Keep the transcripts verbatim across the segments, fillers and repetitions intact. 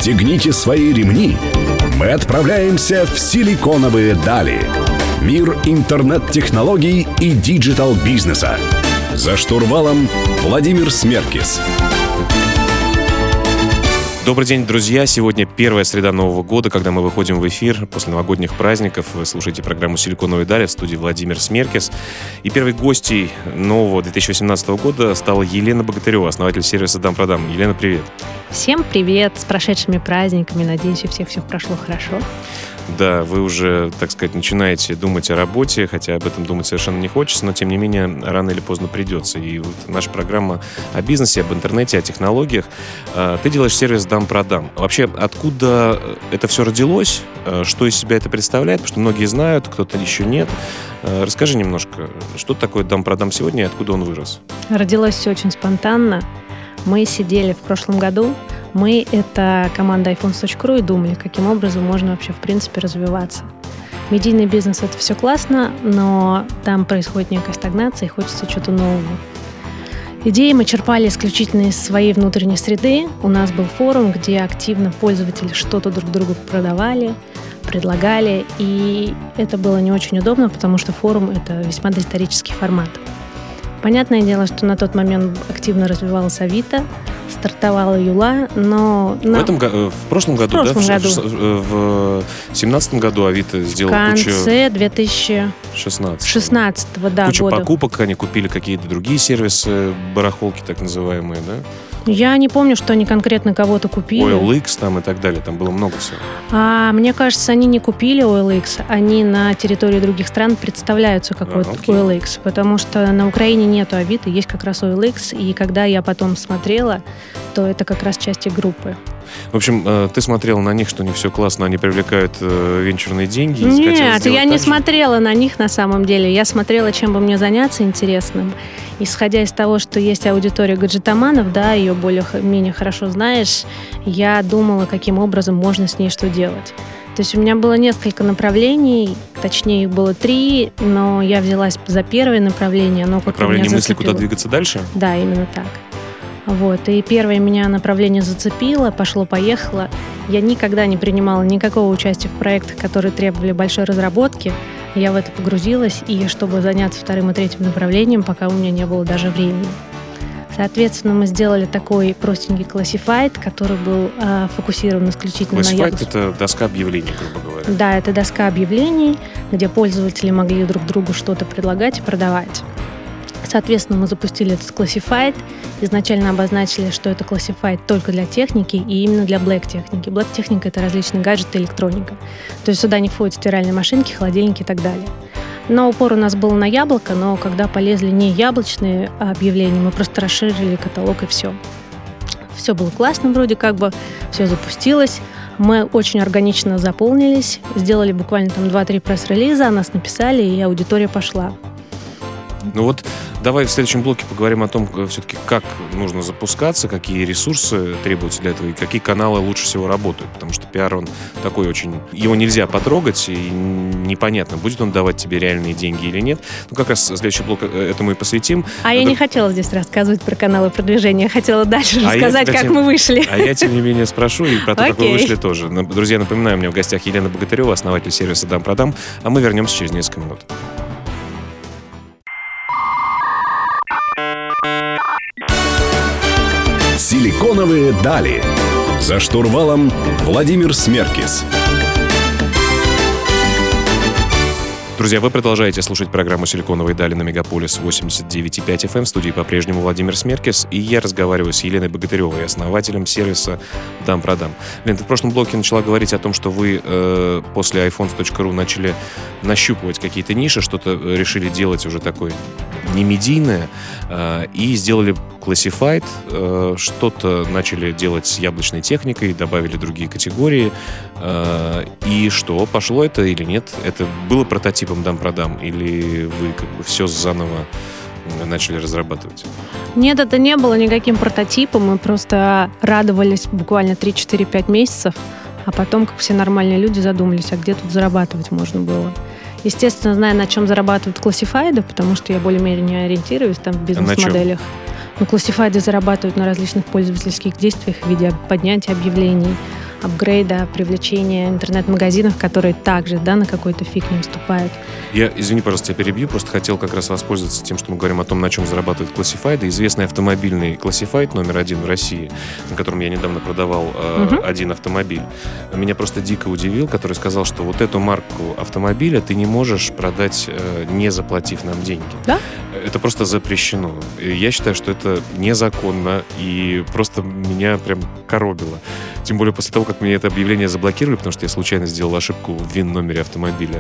Пристегните свои ремни. Мы отправляемся в силиконовые дали. Мир интернет-технологий и диджитал-бизнеса. За штурвалом Владимир Смеркис. Добрый день, друзья! Сегодня первая среда Нового года, когда мы выходим в эфир после новогодних праздников. Вы слушаете программу «Силиконовые дали», в студии Владимир Смеркис. И первой гостьей нового две тысячи восемнадцатого года стала Елена Богатырева, основатель сервиса «Дам-продам». Елена, привет! Всем привет! С прошедшими праздниками. Надеюсь, у всех все прошло хорошо. Да, вы уже, так сказать, начинаете думать о работе, хотя об этом думать совершенно не хочется, но, тем не менее, рано или поздно придется. И вот наша программа о бизнесе, об интернете, о технологиях. Ты делаешь сервис «Дам-продам». Вообще, откуда это все родилось? Что из себя это представляет? Потому что многие знают, кто-то еще нет. Расскажи немножко, что такое «Дам-продам» сегодня и откуда он вырос? Родилось все очень спонтанно. Мы сидели в прошлом году. Мы — это команда айфонс точка ру и думали, каким образом можно вообще в принципе развиваться. Медийный бизнес — это все классно, но там происходит некая стагнация и хочется чего-то нового. Идеи мы черпали исключительно из своей внутренней среды. У нас был форум, где активно пользователи что-то друг другу продавали, предлагали, и это было не очень удобно, потому что форум — это весьма доисторический формат. Понятное дело, что на тот момент активно развивалась Авито, стартовала Юла, но... В, этом, в прошлом году, в прошлом да? году. В семнадцатом году Авито сделал кучу... В конце кучу... две тысячи шестнадцатого да, кучу года. покупок, они купили какие-то другие сервисы, барахолки так называемые, да? Я не помню, что они конкретно кого-то купили. о эл икс там и так далее, там было много всего. А, мне кажется, они не купили о эл икс, они на территории других стран представляются как а, вот о эл икс, потому что на Украине нету Авито, есть как раз о эл икс, и когда я потом смотрела, то это как раз части группы. В общем, ты смотрела на них, что не все классно, они привлекают венчурные деньги. Нет, я не же? смотрела на них на самом деле. Я смотрела, чем бы мне заняться интересным. Исходя из того, что есть аудитория гаджетоманов, да, ее более-менее хорошо знаешь, я думала, каким образом можно с ней что делать. То есть у меня было несколько направлений, точнее их было три, но я взялась за первое направление. Оно Направление мысли, куда двигаться дальше? Да, именно так. Вот. И первое меня направление зацепило, пошло-поехало. Я никогда не принимала никакого участия в проектах, которые требовали большой разработки. Я в это погрузилась, и чтобы заняться вторым и третьим направлением, пока у меня не было даже времени. Соответственно, мы сделали такой простенький Classified, который был э, фокусирован исключительно Classified на яблоч... — это доска объявлений, грубо говоря. Да, это доска объявлений, где пользователи могли друг другу что-то предлагать и продавать. Соответственно, мы запустили этот Classified. Изначально обозначили, что это Classified только для техники и именно для Black-техники. Black-техника — это различные гаджеты, электроника. То есть сюда не входят стиральные машинки, холодильники и так далее. Но упор у нас был на яблоко, но когда полезли не яблочные объявления, мы просто расширили каталог и все. Все было классно вроде как бы, все запустилось. Мы очень органично заполнились, сделали буквально там два-три пресс-релиза, о нас написали, и аудитория пошла. Ну вот давай в следующем блоке поговорим о том, все-таки как нужно запускаться, какие ресурсы требуются для этого и какие каналы лучше всего работают. Потому что пиар, он такой очень... Его нельзя потрогать, и непонятно, будет он давать тебе реальные деньги или нет. Ну как раз следующий блок этому и посвятим. А Это... я не хотела здесь рассказывать про каналы продвижения, я хотела дальше а рассказать, как тем... мы вышли. А я, тем не менее, спрошу и про то, Окей. как вы вышли тоже. Друзья, напоминаю, у меня в гостях Елена Богатырева, основатель сервиса «Дам-продам», а мы вернемся через несколько минут. Силиконовые дали. За штурвалом Владимир Смеркис. Друзья, вы продолжаете слушать программу «Силиконовые дали» на Мегаполис восемьдесят девять и пять эф эм. В студии по-прежнему Владимир Смеркис. И я разговариваю с Еленой Богатыревой, основателем сервиса «Дам-продам». Лен, ты в прошлом блоке начала говорить о том, что вы э, после айфонс точка ру начали нащупывать какие-то ниши, что-то решили делать уже такое не медийное, э, и сделали Classified, э, что-то начали делать с яблочной техникой, добавили другие категории. Э, и что, пошло это или нет? Это было прототипом «Дам-продам» или вы как бы все заново начали разрабатывать? Нет, это не было никаким прототипом. Мы просто радовались буквально три-четыре-пять месяцев, а потом, как все нормальные люди, задумались, а где тут зарабатывать можно было. Естественно, зная, на чем зарабатывают классифайды, потому что я более-менее ориентируюсь там в бизнес-моделях. Ну, классифайды зарабатывают на различных пользовательских действиях в виде поднятия объявлений, апгрейда, привлечения интернет-магазинов, которые также, да, на какой-то фиг не вступают. Я, извини, пожалуйста, тебя перебью, просто хотел как раз воспользоваться тем, что мы говорим о том, на чем зарабатывает Classified. Известный автомобильный Classified номер один в России, на котором я недавно продавал э, uh-huh. один автомобиль. Меня просто дико удивил, который сказал, что вот эту марку автомобиля ты не можешь продать, э, не заплатив нам деньги. Да? Это просто запрещено. И я считаю, что это незаконно, и просто меня прям коробило. Тем более после того, как мне это объявление заблокировали, потому что я случайно сделал ошибку в ВИН-номере автомобиля.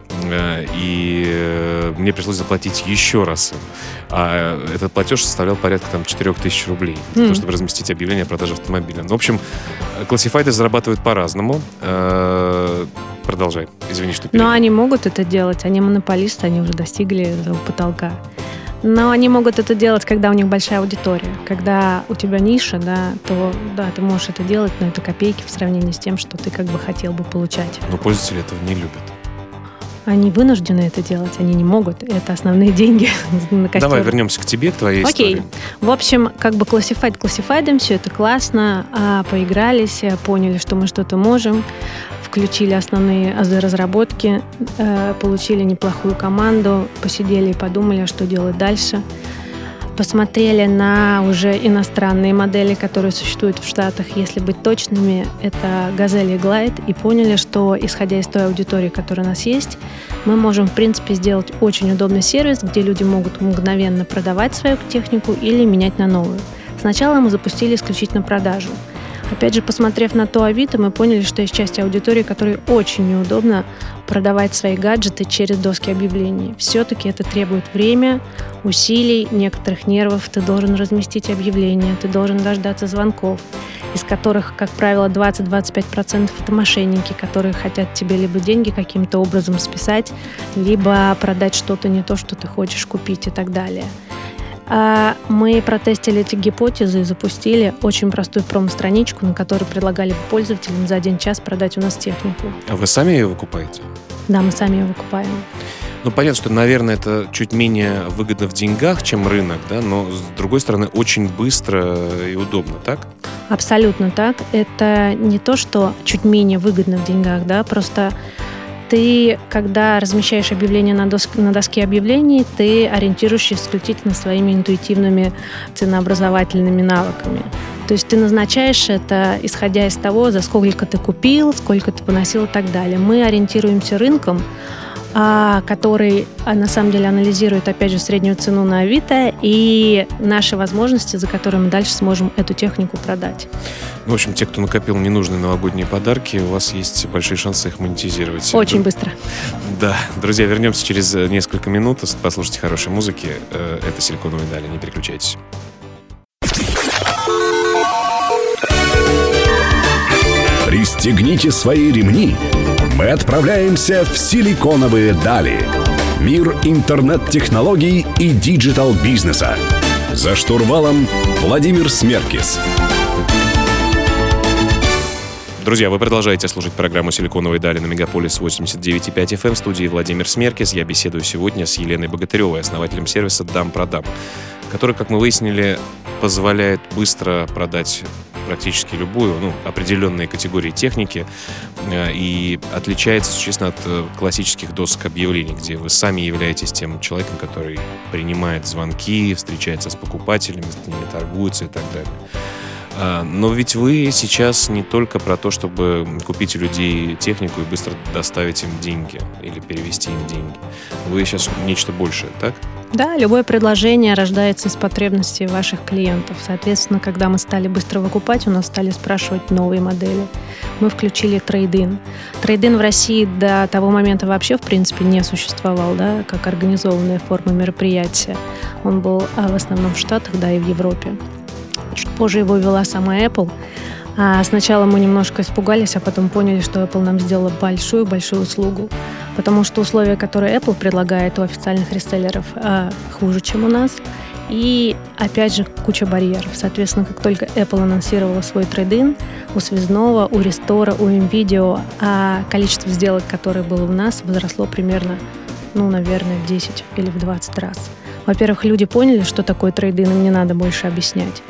И мне пришлось заплатить еще раз. А этот платеж составлял порядка там, четыре тысячи рублей, для mm. того, чтобы разместить объявление о продаже автомобиля. Ну, в общем, Classified зарабатывают по-разному. Продолжай. Извини, что перебил. Но они могут это делать. Они монополисты, они уже достигли этого потолка. Но они могут это делать, когда у них большая аудитория. Когда у тебя ниша, да, то да, ты можешь это делать, но это копейки в сравнении с тем, что ты как бы хотел бы получать. Но пользователи этого не любят. Они вынуждены это делать, они не могут. Это основные деньги на костер. Давай вернемся к тебе, к твоей Окей. истории. В общем, как бы Classified Classified, все это классно, а поигрались, поняли, что мы что-то можем, включили основные азы разработки, получили неплохую команду, посидели и подумали, что делать дальше. Посмотрели на уже иностранные модели, которые существуют в Штатах. Если быть точными, это Gazelle и Glide. И поняли, что, исходя из той аудитории, которая у нас есть, мы можем, в принципе, сделать очень удобный сервис, где люди могут мгновенно продавать свою технику или менять на новую. Сначала мы запустили исключительно продажу. Опять же, посмотрев на то Авито, мы поняли, что есть часть аудитории, которой очень неудобно продавать свои гаджеты через доски объявлений. Все-таки это требует время, усилий, некоторых нервов. Ты должен разместить объявления, ты должен дождаться звонков, из которых, как правило, двадцать-двадцать пять процентов это мошенники, которые хотят тебе либо деньги каким-то образом списать, либо продать что-то не то, что ты хочешь купить и так далее. Мы протестили эти гипотезы и запустили очень простую промо-страничку, на которой предлагали пользователям за один час продать у нас технику. А вы сами ее выкупаете? Да, мы сами ее выкупаем. Ну, понятно, что, наверное, это чуть менее выгодно в деньгах, чем рынок, да, но, с другой стороны, очень быстро и удобно, так? Абсолютно так. Это не то, что чуть менее выгодно в деньгах, да, просто ты, когда размещаешь объявление на, доск, на доске объявлений, ты ориентируешься исключительно своими интуитивными ценообразовательными навыками. То есть ты назначаешь это, исходя из того, за сколько ты купил, сколько ты поносил и так далее. Мы ориентируемся рынком, который на самом деле анализирует, опять же, среднюю цену на Авито и наши возможности, за которые мы дальше сможем эту технику продать. В общем, те, кто накопил ненужные новогодние подарки, у вас есть большие шансы их монетизировать. Очень быстро. Да. Друзья, вернемся через несколько минут. Послушайте хорошей музыки. Это «Силиконовые дали». Не переключайтесь. Пристегните свои ремни. Мы отправляемся в Силиконовые дали. Мир интернет-технологий и диджитал-бизнеса. За штурвалом Владимир Смеркис. Друзья, вы продолжаете слушать программу «Силиконовые дали» на Мегаполис восемьдесят девять и пять эф эм. В студии Владимир Смеркис. Я беседую сегодня с Еленой Богатыревой, основателем сервиса «Дам-продам», который, как мы выяснили, позволяет быстро продать практически любую, ну, определенные категории техники э, и отличается существенно от э, классических досок объявлений, где вы сами являетесь тем человеком, который принимает звонки, встречается с покупателями, с ними торгуется и так далее. Э, но ведь вы сейчас не только про то, чтобы купить у людей технику и быстро доставить им деньги или перевести им деньги. Вы сейчас нечто большее, так? Да, любое предложение рождается из потребностей ваших клиентов. Соответственно, когда мы стали быстро выкупать, у нас стали спрашивать новые модели. Мы включили трейд-ин. Трейд-ин в России до того момента вообще, в принципе, не существовал, да, как организованная форма мероприятия. Он был в основном в Штатах, да, и в Европе. Чуть позже его ввела сама Apple. А сначала мы немножко испугались, а потом поняли, что Apple нам сделала большую-большую услугу. Потому что условия, которые Apple предлагает у официальных реселлеров, хуже, чем у нас. И, опять же, куча барьеров. Соответственно, как только Apple анонсировала свой трейд-ин, у связного, у рестора, у МВидео, а количество сделок, которое было у нас, возросло примерно, ну, наверное, в десять или в двадцать раз. Во-первых, люди поняли, что такое трейд-ин, им не надо больше объяснять.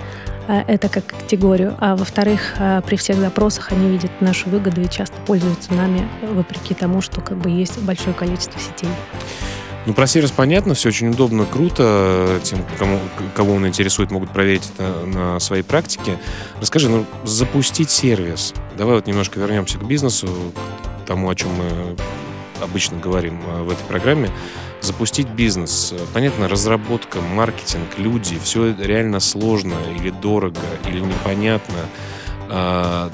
это как категорию. А во-вторых, при всех запросах они видят нашу выгоду и часто пользуются нами, вопреки тому, что как бы есть большое количество сетей. Ну, про сервис понятно, все очень удобно, круто. Тем, кому, кого он интересует, могут проверить это на своей практике. Расскажи, ну, запустить сервис. Давай вот немножко вернемся к бизнесу, к тому, о чем мы обычно говорим в этой программе. Запустить бизнес. Понятно, разработка, маркетинг, люди. Все реально сложно или дорого, или непонятно. А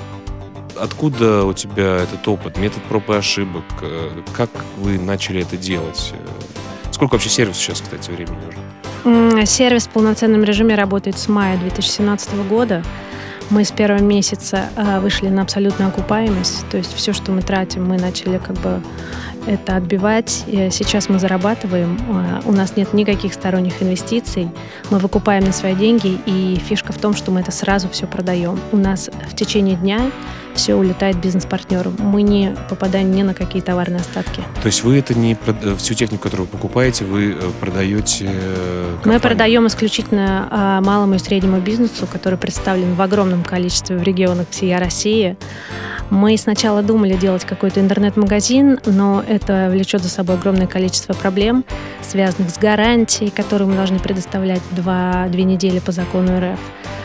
откуда у тебя этот опыт, метод проб и ошибок? Как вы начали это делать? Сколько вообще сервис сейчас, кстати, времени нужно? Сервис в полноценном режиме работает с мая две тысячи семнадцатого года. Мы с первого месяца вышли на абсолютную окупаемость. То есть все, что мы тратим, мы начали как бы это отбивать. И сейчас мы зарабатываем. У нас нет никаких сторонних инвестиций. Мы выкупаем на свои деньги. И фишка в том, что мы это сразу все продаем. У нас в течение дня все улетает бизнес-партнеру. Мы не попадаем ни на какие товарные остатки. То есть вы это не всю технику, которую вы покупаете, вы продаете компании? Мы продаем исключительно малому и среднему бизнесу, который представлен в огромном количестве в регионах всей России. Мы сначала думали делать какой-то интернет-магазин, но это влечет за собой огромное количество проблем, связанных с гарантией, которую мы должны предоставлять два, две недели по закону эр эф,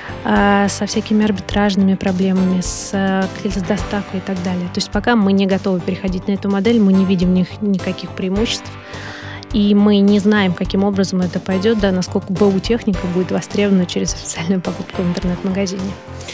со всякими арбитражными проблемами, с, с доставкой и так далее. То есть пока мы не готовы переходить на эту модель, мы не видим в них никаких преимуществ, и мы не знаем, каким образом это пойдет, да, насколько БУ-техника будет востребована через официальную покупку в интернет-магазине.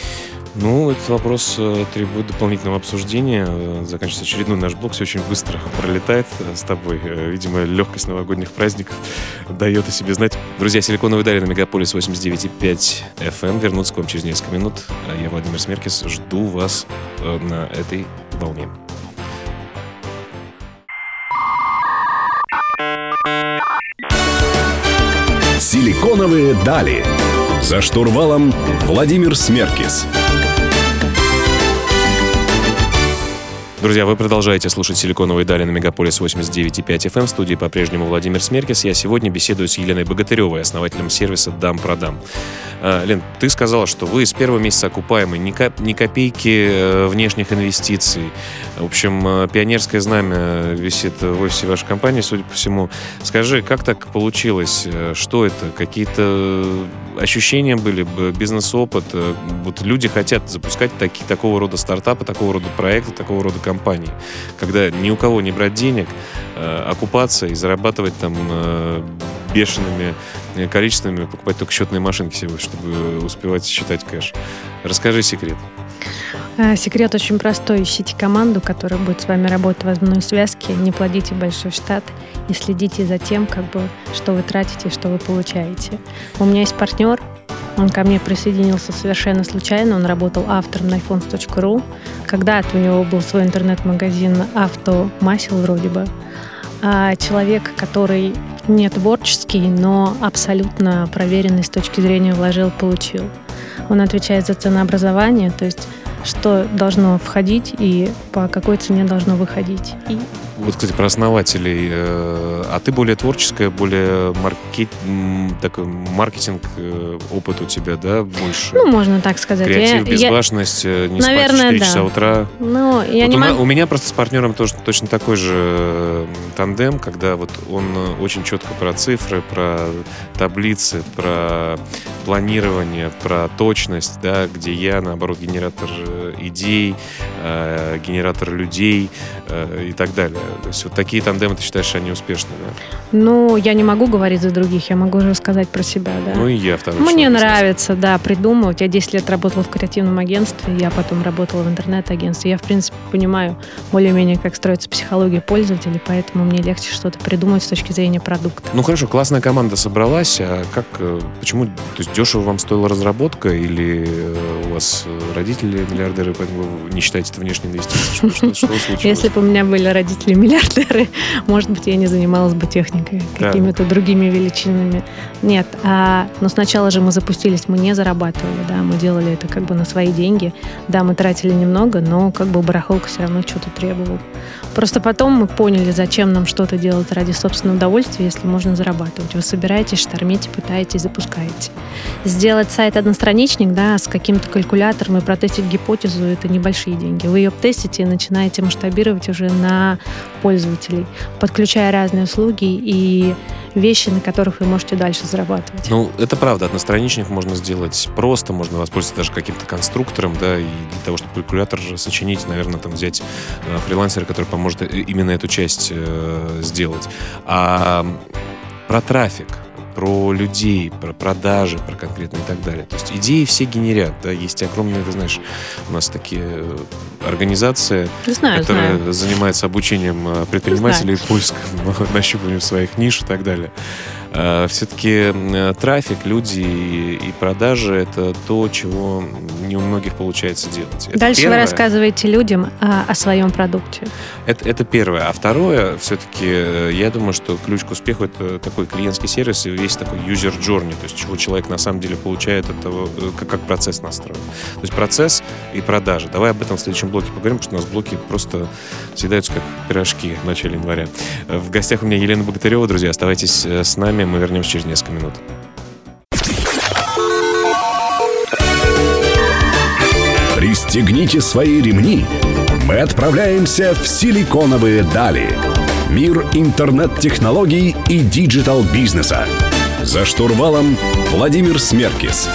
Ну, этот вопрос э, требует дополнительного обсуждения. Заканчивается очередной наш блок. Все очень быстро пролетает с тобой. Э, видимо, легкость новогодних праздников дает о себе знать. Друзья, «Силиконовые дали» на Мегаполис восемьдесят девять и пять эф эм. Вернуться к вам через несколько минут. Я Владимир Смеркис. Жду вас э, на этой волне. «Силиконовые дали». За штурвалом Владимир Смеркис. Друзья, вы продолжаете слушать «Силиконовые дали» на Мегаполис восемьдесят девять и пять эф эм. В студии по-прежнему Владимир Смеркис. Я сегодня беседую с Еленой Богатыревой, основателем сервиса «Дам-продам». Лен, ты сказала, что вы с первого месяца окупаемы, ни, коп- ни копейки внешних инвестиций. В общем, пионерское знамя висит в офисе вашей компании, судя по всему. Скажи, как так получилось? Что это? Какие-то ощущения были, бизнес-опыт? Вот люди хотят запускать такие, такого рода стартапы, такого рода проекты, такого рода компании, когда ни у кого не брать денег, окупаться и зарабатывать там бешеными количествами, покупать только счетные машинки себе, чтобы успевать считать кэш. Расскажи секрет. Секрет очень простой. Ищите команду, которая будет с вами работать в одной связке, не плодите большой штат и следите за тем, как бы, что вы тратите и что вы получаете. У меня есть партнер, он ко мне присоединился совершенно случайно, он работал автором на айфонс точка ру. Когда-то у него был свой интернет-магазин «Автомасел» вроде бы. А человек, который не творческий, но абсолютно проверенный с точки зрения вложил-получил. Он отвечает за ценообразование, то есть что должно входить и по какой цене должно выходить. И... Вот, кстати, про основателей. А ты более творческая, более маркет... такой маркетинг опыт у тебя, да, больше? Ну, можно так сказать. Креатив, я, безбашенность, я... не Наверное, спать в четыре да. часа утра. Ну, я вот не у, могу... у меня просто с партнером тоже точно такой же тандем, когда вот он очень четко про цифры, про таблицы, про планирование, про точность, да, где я, наоборот, генератор идей, э, генератор людей э, и так далее. То есть вот такие тандемы, ты считаешь, они успешны, да? Ну, я не могу говорить за других, я могу уже сказать про себя, да. Ну и я второй Мне человек, нравится, да, придумывать. Я десять лет работала в креативном агентстве, я потом работала в интернет-агентстве. Я, в принципе, понимаю более-менее, как строится психология пользователей, поэтому мне легче что-то придумать с точки зрения продукта. Ну хорошо, классная команда собралась, а как, почему, то есть дешево вам стоила разработка или у вас родители миллиардеры, поэтому вы не считаете значит внешние инвестиции? Что, что, что случилось? Если бы у меня были родители-миллиардеры, может быть, я не занималась бы техникой, какими-то другими величинами. Нет, а, но сначала же мы запустились, мы не зарабатывали, да, мы делали это как бы на свои деньги. Да, мы тратили немного, но как бы барахолка все равно что-то требовала. Просто потом мы поняли, зачем нам что-то делать ради собственного удовольствия, если можно зарабатывать. Вы собираетесь, штормите, пытаетесь, запускаете. Сделать сайт-одностраничник, да, с каким-то калькулятором и протестить гипотезу — это небольшие деньги. Вы ее тестите и начинаете масштабировать уже на пользователей, подключая разные услуги и вещи, на которых вы можете дальше зарабатывать. Ну, это правда. Одностраничник можно сделать просто, можно воспользоваться даже каким-то конструктором, да, и для того, чтобы калькулятор сочинить, наверное, там взять э, фрилансера, который поможет именно эту часть э, сделать. А про трафик, про людей, про продажи, про конкретные и так далее. То есть идеи все генерят, да, есть огромные, ты знаешь, у нас такие организации, знаю, которые знаю. занимаются обучением предпринимателей, поиском, нащупыванием своих ниш и так далее. Все-таки трафик, люди и продажи — это то, чего не у многих получается делать. Это Дальше первое. Вы рассказываете людям о, о своем продукте. Это, это первое. А второе, все-таки, я думаю, что ключ к успеху — это такой клиентский сервис и весь такой user journey, то есть чего человек на самом деле получает от того, как, как процесс настроен. То есть процесс и продажи. Давай об этом в следующем блоке поговорим, потому что у нас блоки просто съедаются как пирожки в начале января. В гостях у меня Елена Богатырева. Друзья, оставайтесь с нами. Мы вернемся через несколько минут. Пристегните свои ремни. Мы отправляемся в силиконовые дали. Мир интернет-технологий и диджитал-бизнеса. За штурвалом Владимир Смеркис.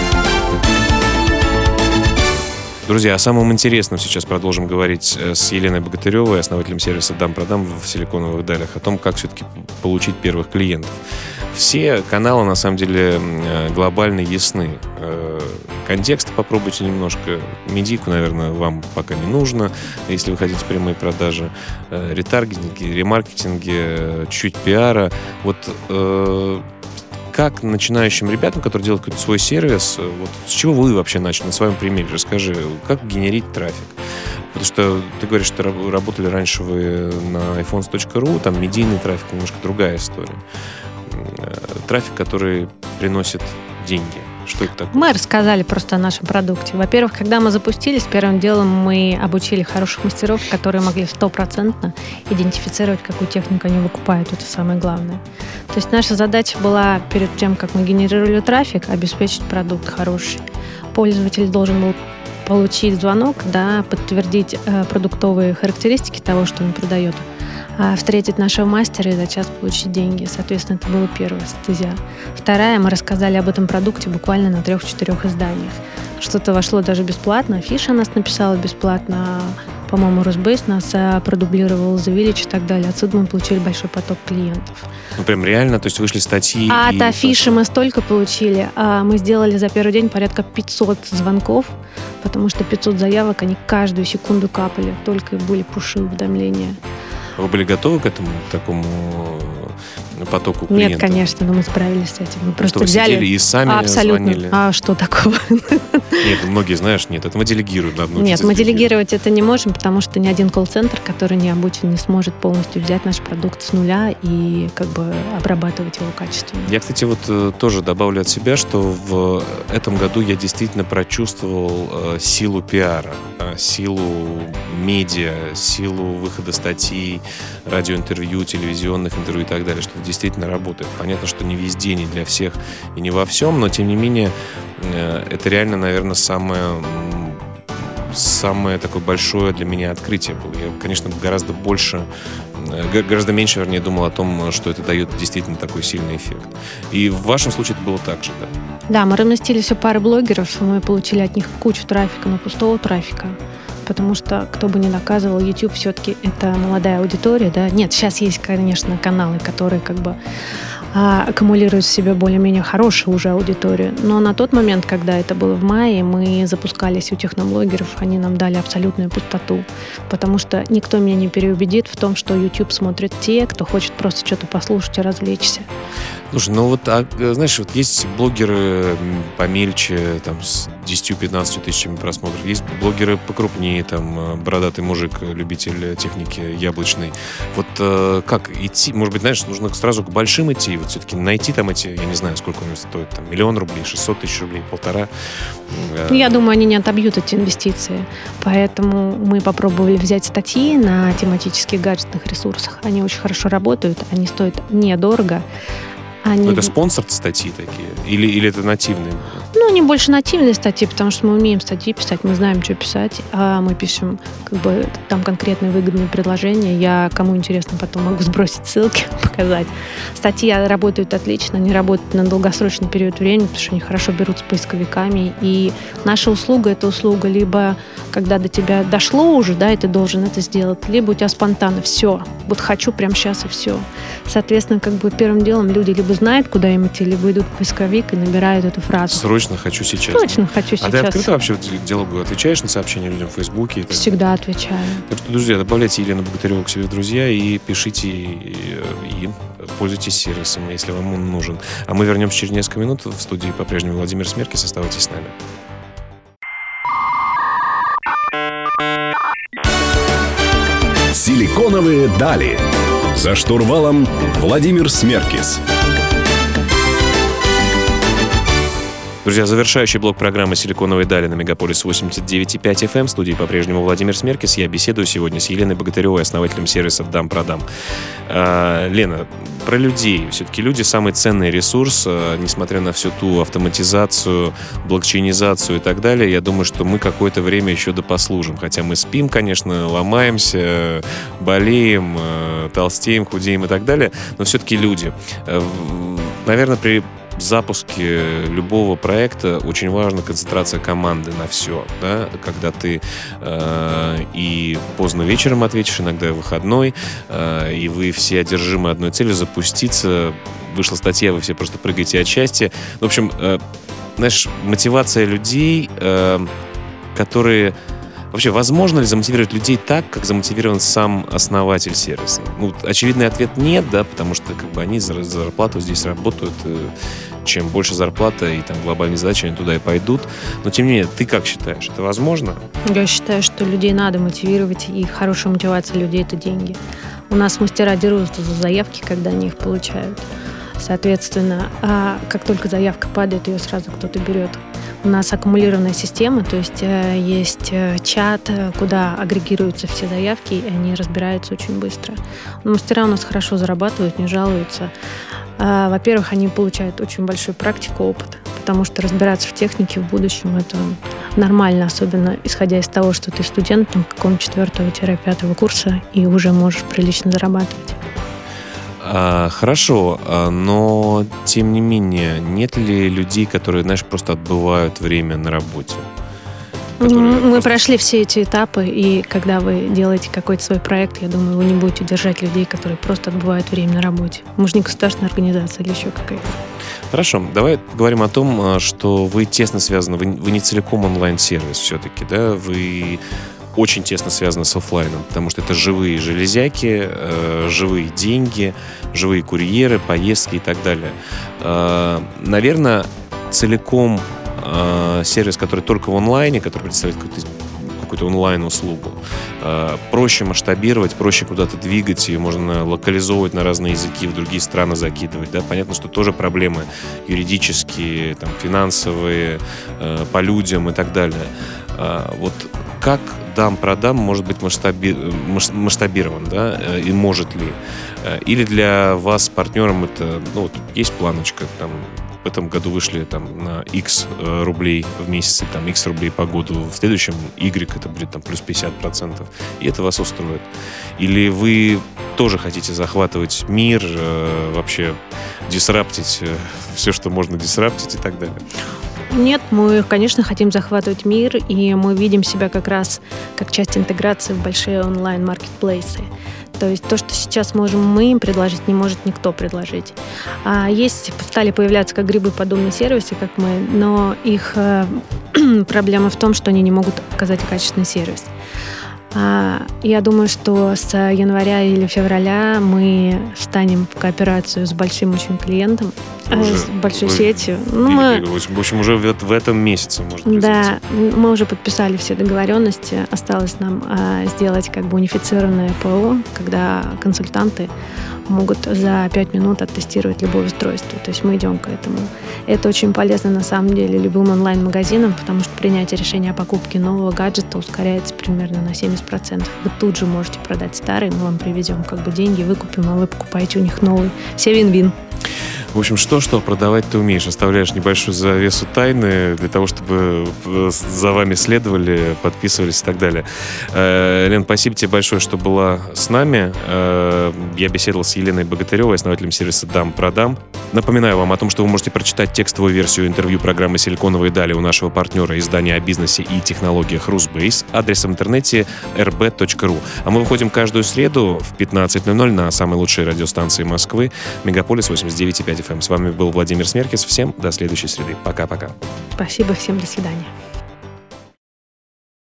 Друзья, о самом интересном сейчас продолжим говорить с Еленой Богатыревой, основателем сервиса «Дам-продам» в Силиконовых далях, о том, как все-таки получить первых клиентов. Все каналы, на самом деле, глобально ясны. Контекст попробуйте немножко. Медийку, наверное, вам пока не нужно, если вы хотите прямые продажи. Ретаргетинги, ремаркетинги, чуть-чуть пиара. Вот как начинающим ребятам, которые делают какой-то свой сервис, вот с чего вы вообще начали? На своем примере расскажи, как генерить трафик? Потому что ты говоришь, что работали раньше вы на айфонс точка ру, там медийный трафик, немножко другая история. Трафик, который приносит деньги. Что это такое? Мы рассказали просто о нашем продукте. Во-первых, когда мы запустились, первым делом мы обучили хороших мастеров, которые могли стопроцентно идентифицировать, какую технику они выкупают. Это самое главное. То есть наша задача была, перед тем, как мы генерировали трафик, обеспечить продукт хороший. Пользователь должен был получить звонок, да, подтвердить э, продуктовые характеристики того, что он продает, а встретить нашего мастера и за час получить деньги. Соответственно, это была первая стезя. Вторая, мы рассказали об этом продукте буквально на трех-четырех изданиях. Что-то вошло даже бесплатно. Афиша нас написала бесплатно. По-моему, Росбейс нас продублировал, The Village и так далее. Отсюда мы получили большой поток клиентов. Ну, прям реально? То есть вышли статьи? А и... от афиши мы столько получили. Мы сделали за первый день порядка пятьсот звонков, потому что пятьсот заявок, они каждую секунду капали. Только были пуши, уведомления. Вы были готовы к этому, к такому потоку клиентов? Нет, конечно, но мы справились с этим. Мы просто что, взяли... сидели и сами Абсолютно. звонили? А что такого? Нет, многие, знаешь, нет, это мы делегируем. Надо Нет, мы делегировать это не можем, потому что ни один колл-центр, который не обучен, не сможет полностью взять наш продукт с нуля и как бы обрабатывать его качественно. Я, кстати, вот тоже добавлю от себя, что в этом году я действительно прочувствовал э, силу пиара, э, силу медиа, силу выхода статей, радиоинтервью, телевизионных интервью и так далее, что это действительно работает. Понятно, что не везде, не для всех и не во всем, но тем не менее э, это реально, наверное, самое, самое такое большое для меня открытие было. Я, конечно, гораздо больше, гораздо меньше, вернее, думал о том, что это дает действительно такой сильный эффект. И в вашем случае это было так же, да? Да, мы разместили все пары блогеров, мы получили от них кучу трафика, но пустого трафика. Потому что, кто бы ни доказывал, YouTube все-таки это молодая аудитория, да. Нет, сейчас есть, конечно, каналы, которые как бы а, аккумулируют в себе более-менее хорошую уже аудиторию. Но на тот момент, когда это было в мае, мы запускались у техноблогеров, они нам дали абсолютную пустоту. Потому что никто меня не переубедит в том, что YouTube смотрят те, кто хочет просто что-то послушать и развлечься. Слушай, ну вот, а, знаешь, вот есть блогеры помельче, там, с десятью-пятнадцатью тысячами просмотров, есть блогеры покрупнее, там, бородатый мужик, любитель техники яблочной. Вот э, как идти, может быть, знаешь, нужно сразу к большим идти, вот все-таки найти там эти, я не знаю, сколько у них стоит, там, миллион рублей, шестьсот тысяч рублей, полтора. Я думаю, они не отобьют эти инвестиции, поэтому мы попробовали взять статьи на тематических гаджетных ресурсах. Они очень хорошо работают, они стоят недорого. Они... Это спонсор статьи такие? Или, или это нативные? Ну, они больше нативные статьи, потому что мы умеем статьи писать, мы знаем, что писать, а мы пишем как бы там конкретные выгодные предложения. Я, кому интересно, потом могу сбросить ссылки, показать. Статьи работают отлично, они работают на долгосрочный период времени, потому что они хорошо берут с поисковиками. И наша услуга — это услуга либо когда до тебя дошло уже, да, и ты должен это сделать, либо у тебя спонтанно все. Вот хочу прямо сейчас и все. Соответственно, как бы первым делом люди либо знают, куда им идти, либо идут в поисковик и набирают эту фразу. Срочно хочу сейчас. Срочно хочу сейчас. А ты открыто вообще в диалогу отвечаешь на сообщения людям в Фейсбуке? Всегда отвечаю. Так что, друзья, добавляйте Елену Богатыреву к себе в друзья и пишите и, и пользуйтесь сервисом, если вам он нужен. А мы вернемся через несколько минут. В студии по-прежнему Владимир Смеркис. Оставайтесь с нами. Силиконовые дали. За штурвалом Владимир Смеркис. Друзья, завершающий блок программы «Силиконовые дали» на Мегаполис восемьдесят девять и пять эф эм. В студии по-прежнему Владимир Смеркис. Я беседую сегодня с Еленой Богатыревой, основателем сервиса «Дам-продам». А, Лена, про людей. Все-таки люди — самый ценный ресурс, а, несмотря на всю ту автоматизацию, блокчейнизацию и так далее. Я думаю, что мы какое-то время еще допослужим. Хотя мы спим, конечно, ломаемся, болеем, толстеем, худеем и так далее. Но все-таки люди. Наверное, при запуске любого проекта очень важна концентрация команды на все, да? Когда ты э, и поздно вечером ответишь, иногда выходной, э, и вы все одержимы одной целью — запуститься. Вышла статья, вы все просто прыгаете от счастья. В общем, э, знаешь, мотивация людей, э, которые... Вообще, возможно ли замотивировать людей так, как замотивирован сам основатель сервиса? Ну, очевидный ответ — нет, да, потому что как бы они за зарплату здесь работают. Чем больше зарплата и там глобальные задачи, они туда и пойдут. Но тем не менее, ты как считаешь, это возможно? Я считаю, что людей надо мотивировать, и хорошая мотивация людей — это деньги. У нас мастера дерутся за заявки, когда они их получают. Соответственно, а как только заявка падает, ее сразу кто-то берет. У нас аккумулированная система, то есть э, есть э, чат, куда агрегируются все заявки, и они разбираются очень быстро. Но мастера у нас хорошо зарабатывают, не жалуются. А, во-первых, они получают очень большую практику, опыт, потому что разбираться в технике в будущем — это нормально, особенно исходя из того, что ты студент там, какого-то четвертого-пятого курса и уже можешь прилично зарабатывать. А, хорошо, но тем не менее, нет ли людей, которые, знаешь, просто отбывают время на работе? Мы просто... прошли все эти этапы, и когда вы делаете какой-то свой проект, я думаю, вы не будете держать людей, которые просто отбывают время на работе. Мы же не государственная организация или еще какая-то. Хорошо, давай поговорим о том, что вы тесно связаны, вы, вы не целиком онлайн-сервис все-таки, да, вы очень тесно связаны с офлайном, потому что это живые железяки, э, живые деньги, живые курьеры, поездки и так далее. Э, наверное, целиком э, сервис, который только в онлайне, который представляет какую-то, какую-то онлайн-услугу, э, проще масштабировать, проще куда-то двигать, ее можно локализовывать на разные языки, в другие страны закидывать. Да? Понятно, что тоже проблемы юридические, там, финансовые, э, по людям и так далее. Э, вот как Дам-продам может быть масштаби... масштабирован, да, и может ли? Или для вас, партнерам, это, ну, вот есть планочка, там, в этом году вышли там на X рублей в месяц, там, X рублей по году, в следующем Y это будет там плюс пятьдесят процентов, и это вас устроит? Или вы тоже хотите захватывать мир, вообще дисраптить все, что можно дисраптить и так далее? Нет, мы, конечно, хотим захватывать мир, и мы видим себя как раз как часть интеграции в большие онлайн-маркетплейсы. То есть то, что сейчас можем мы им предложить, не может никто предложить. А есть, стали появляться как грибы подобные сервисы, как мы, но их э, проблема в том, что они не могут оказать качественный сервис. Я думаю, что с января или февраля мы встанем в кооперацию с большим очень клиентом, уже, с большой вы, сетью. Ну, мы, в общем, уже в, в этом месяце, может быть. Да, мы уже подписали все договоренности. Осталось нам а, сделать как бы унифицированное ПО, когда консультанты могут за пять минут оттестировать любое устройство. То есть мы идем к этому. Это очень полезно на самом деле любым онлайн-магазинам, потому что принятие решения о покупке нового гаджета ускоряется примерно на семьдесят процентов. Вы тут же можете продать старый, мы вам привезем как бы деньги, выкупим, а вы покупаете у них новый. Все вин-вин. В общем, что-что, продавать ты умеешь. Оставляешь небольшую завесу тайны для того, чтобы за вами следовали, подписывались и так далее. Лен, спасибо тебе большое, что была с нами. Я беседовал с Еленой Богатыревой, основателем сервиса «Дам-продам». Напоминаю вам о том, что вы можете прочитать текстовую версию интервью программы «Силиконовые дали» у нашего партнера издания о бизнесе и технологиях «Русбейс» адресом в интернете эр би точка ру. А мы выходим каждую среду в пятнадцать ноль ноль на самой лучшей радиостанции Москвы «Мегаполис» восемьдесят девять и пять эф эм. С вами был Владимир Смеркис. Всем до следующей среды. Пока-пока. Спасибо, всем до свидания.